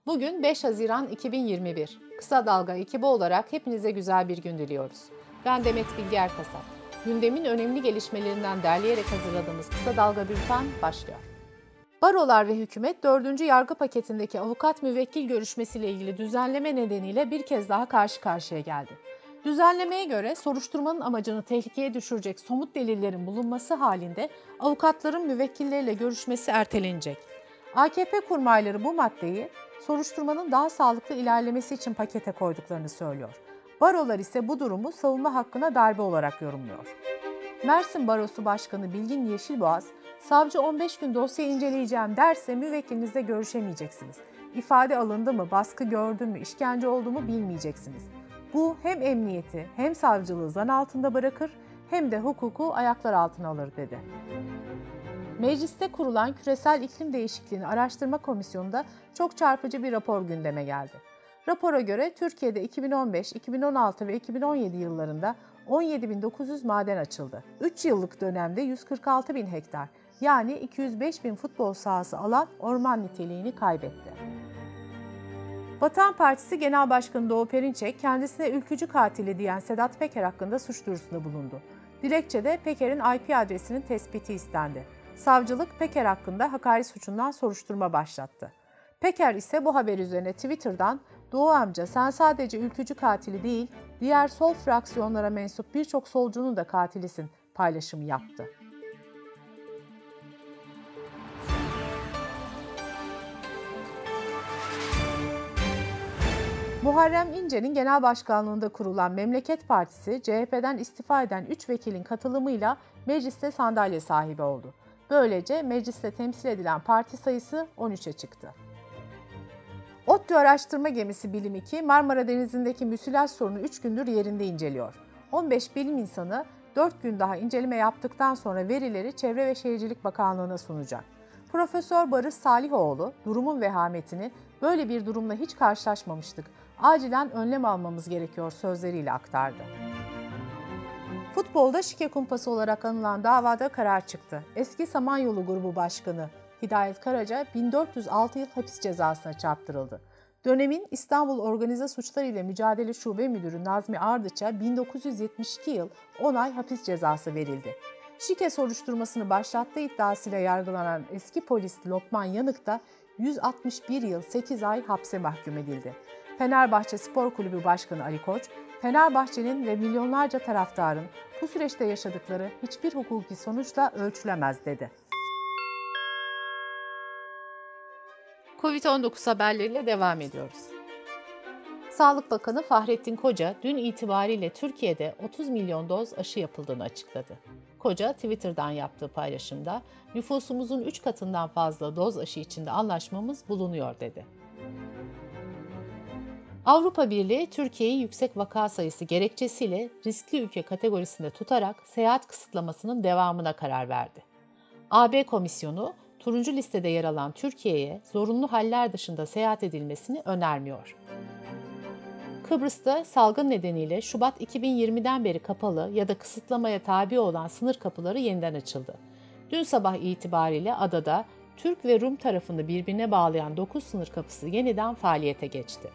Bugün 5 Haziran 2021. Kısa Dalga ekibi olarak hepinize güzel bir gün diliyoruz. Ben Demet Bilge Erkasap. Gündemin önemli gelişmelerinden derleyerek hazırladığımız Kısa Dalga Bülten başlıyor. Barolar ve hükümet 4. yargı paketindeki avukat müvekkil görüşmesiyle ilgili düzenleme nedeniyle bir kez daha karşı karşıya geldi. Düzenlemeye göre soruşturmanın amacını tehlikeye düşürecek somut delillerin bulunması halinde avukatların müvekkilleriyle görüşmesi ertelenecek. AKP kurmayları bu maddeyi soruşturmanın daha sağlıklı ilerlemesi için pakete koyduklarını söylüyor. Barolar ise bu durumu savunma hakkına darbe olarak yorumluyor. Mersin Barosu Başkanı Bilgin Yeşilboğaz, savcı 15 gün dosyayı inceleyeceğim derse müvekkilinizle görüşemeyeceksiniz. İfade alındı mı, baskı gördü mü, işkence oldu mu bilmeyeceksiniz. Bu hem emniyeti hem savcılığı zan altında bırakır hem de hukuku ayaklar altına alır dedi. Mecliste kurulan Küresel İklim Değişikliğini Araştırma Komisyonu'nda çok çarpıcı bir rapor gündeme geldi. Rapora göre Türkiye'de 2015, 2016 ve 2017 yıllarında 17.900 maden açıldı. 3 yıllık dönemde 146.000 hektar yani 205.000 futbol sahası alan orman niteliğini kaybetti. Vatan Partisi Genel Başkanı Doğu Perinçek kendisine ülkücü katili diyen Sedat Peker hakkında suç duyurusunda bulundu. Dilekçede Peker'in IP adresinin tespiti istendi. Savcılık Peker hakkında hakaret suçundan soruşturma başlattı. Peker ise bu haber üzerine Twitter'dan "Doğu amca sen sadece ülkücü katili değil, diğer sol fraksiyonlara mensup birçok solcunun da katilisin" paylaşımı yaptı. Muharrem İnce'nin genel başkanlığında kurulan Memleket Partisi, CHP'den istifa eden 3 vekilin katılımıyla mecliste sandalye sahibi oldu. Böylece mecliste temsil edilen parti sayısı 13'e çıktı. ODTÜ araştırma gemisi Bilim 2, Marmara Denizi'ndeki müsilaj sorunu 3 gündür yerinde inceliyor. 15 bilim insanı 4 gün daha inceleme yaptıktan sonra verileri Çevre ve Şehircilik Bakanlığı'na sunacak. Profesör Barış Salihoğlu, durumun vehametini "Böyle bir durumla hiç karşılaşmamıştık, acilen önlem almamız gerekiyor" sözleriyle aktardı. Futbolda şike kumpası olarak anılan davada karar çıktı. Eski Samanyolu Grubu Başkanı Hidayet Karaca 1406 yıl hapis cezasına çarptırıldı. Dönemin İstanbul Organize Suçlar ile Mücadele Şube Müdürü Nazmi Ardıç'a 1972 yıl 10 ay hapis cezası verildi. Şike soruşturmasını başlattığı iddiasıyla yargılanan eski polis Lokman Yanık da 161 yıl 8 ay hapse mahkum edildi. Fenerbahçe Spor Kulübü Başkanı Ali Koç, Fenerbahçe'nin ve milyonlarca taraftarın bu süreçte yaşadıkları hiçbir hukuki sonuçla ölçülemez dedi. Covid-19 haberleriyle devam ediyoruz. Sağlık Bakanı Fahrettin Koca dün itibariyle Türkiye'de 30 milyon doz aşı yapıldığını açıkladı. Koca Twitter'dan yaptığı paylaşımda "Nüfusumuzun 3 katından fazla doz aşı içinde anlaşmamız bulunuyor" dedi. Avrupa Birliği, Türkiye'yi yüksek vaka sayısı gerekçesiyle riskli ülke kategorisinde tutarak seyahat kısıtlamasının devamına karar verdi. AB Komisyonu, turuncu listede yer alan Türkiye'ye zorunlu haller dışında seyahat edilmesini önermiyor. Kıbrıs'ta salgın nedeniyle Şubat 2020'den beri kapalı ya da kısıtlamaya tabi olan sınır kapıları yeniden açıldı. Dün sabah itibariyle adada Türk ve Rum tarafını birbirine bağlayan 9 sınır kapısı yeniden faaliyete geçti.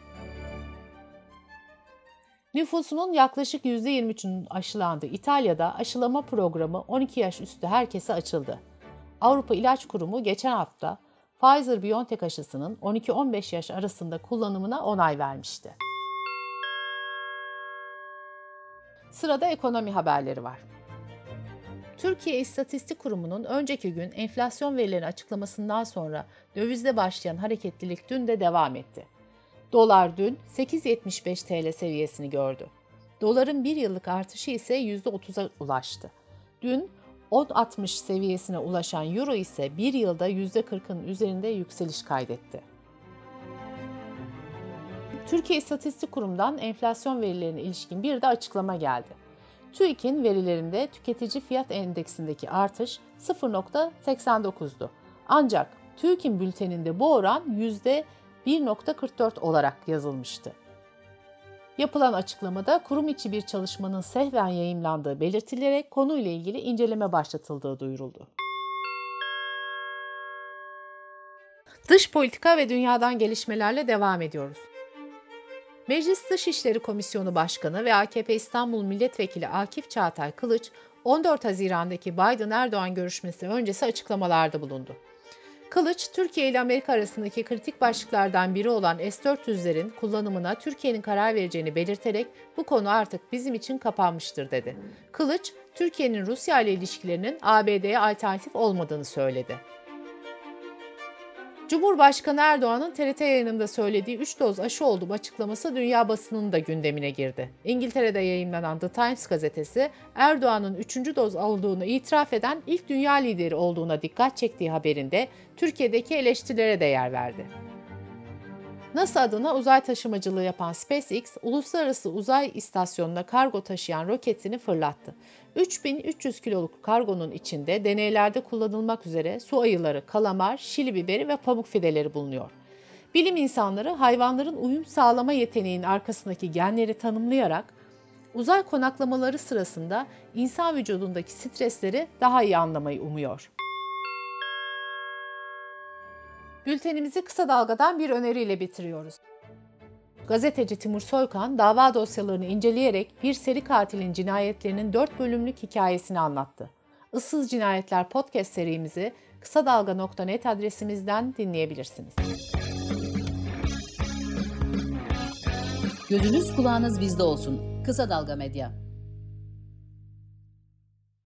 Nüfusunun yaklaşık %23'ünün aşılandığı İtalya'da aşılama programı 12 yaş üstü herkese açıldı. Avrupa İlaç Kurumu geçen hafta Pfizer-BioNTech aşısının 12-15 yaş arasında kullanımına onay vermişti. Sırada ekonomi haberleri var. Türkiye İstatistik Kurumu'nun önceki gün enflasyon verilerini açıklamasından sonra dövizde başlayan hareketlilik dün de devam etti. Dolar dün 8.75 TL seviyesini gördü. Doların bir yıllık artışı ise %30'a ulaştı. Dün 10.60 seviyesine ulaşan Euro ise bir yılda %40'ın üzerinde yükseliş kaydetti. Türkiye İstatistik Kurumu'ndan enflasyon verilerine ilişkin bir de açıklama geldi. TÜİK'in verilerinde tüketici fiyat endeksindeki artış 0.89'du. Ancak TÜİK'in bülteninde bu oran %1.44 olarak yazılmıştı. Yapılan açıklamada kurum içi bir çalışmanın sehven yayımlandığı belirtilerek konuyla ilgili inceleme başlatıldığı duyuruldu. Dış politika ve dünyadan gelişmelerle devam ediyoruz. Meclis Dışişleri Komisyonu Başkanı ve AKP İstanbul Milletvekili Akif Çağatay Kılıç, 14 Haziran'daki Biden-Erdoğan görüşmesi öncesi açıklamalarda bulundu. Kılıç, Türkiye ile Amerika arasındaki kritik başlıklardan biri olan S-400'lerin kullanımına Türkiye'nin karar vereceğini belirterek bu konu artık bizim için kapanmıştır dedi. Kılıç, Türkiye'nin Rusya ile ilişkilerinin ABD'ye alternatif olmadığını söyledi. Cumhurbaşkanı Erdoğan'ın TRT yayınında söylediği 3 doz aşı oldum açıklaması dünya basınının da gündemine girdi. İngiltere'de yayımlanan The Times gazetesi, Erdoğan'ın 3. doz olduğunu itiraf eden ilk dünya lideri olduğuna dikkat çektiği haberinde Türkiye'deki eleştirilere de yer verdi. NASA adına uzay taşımacılığı yapan SpaceX, uluslararası uzay istasyonuna kargo taşıyan roketini fırlattı. 3300 kiloluk kargonun içinde deneylerde kullanılmak üzere su ayıları, kalamar, şili biberi ve pamuk fideleri bulunuyor. Bilim insanları hayvanların uyum sağlama yeteneğinin arkasındaki genleri tanımlayarak uzay konaklamaları sırasında insan vücudundaki stresleri daha iyi anlamayı umuyor. Bültenimizi kısa dalgadan bir öneriyle bitiriyoruz. Gazeteci Timur Soykan, dava dosyalarını inceleyerek bir seri katilin cinayetlerinin 4 bölümlük hikayesini anlattı. Issız Cinayetler podcast serimizi kısadalga.net adresimizden dinleyebilirsiniz. Gözünüz kulağınız bizde olsun. Kısa Dalga Medya.